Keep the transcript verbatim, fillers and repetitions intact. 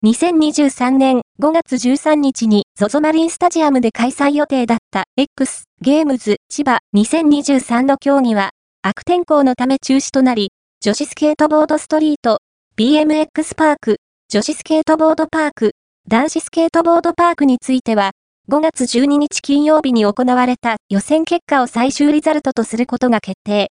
にせんにじゅうさんねんごがつじゅうさんにちに ゾゾ マリンスタジアムで開催予定だった X ゲームズ千葉にせんにじゅうさんの競技は悪天候のため中止となり、女子スケートボードストリート、ビーエムエックス パーク、女子スケートボードパーク、男子スケートボードパークについては、ごがつじゅうににち金曜日に行われた予選結果を最終リザルトとすることが決定。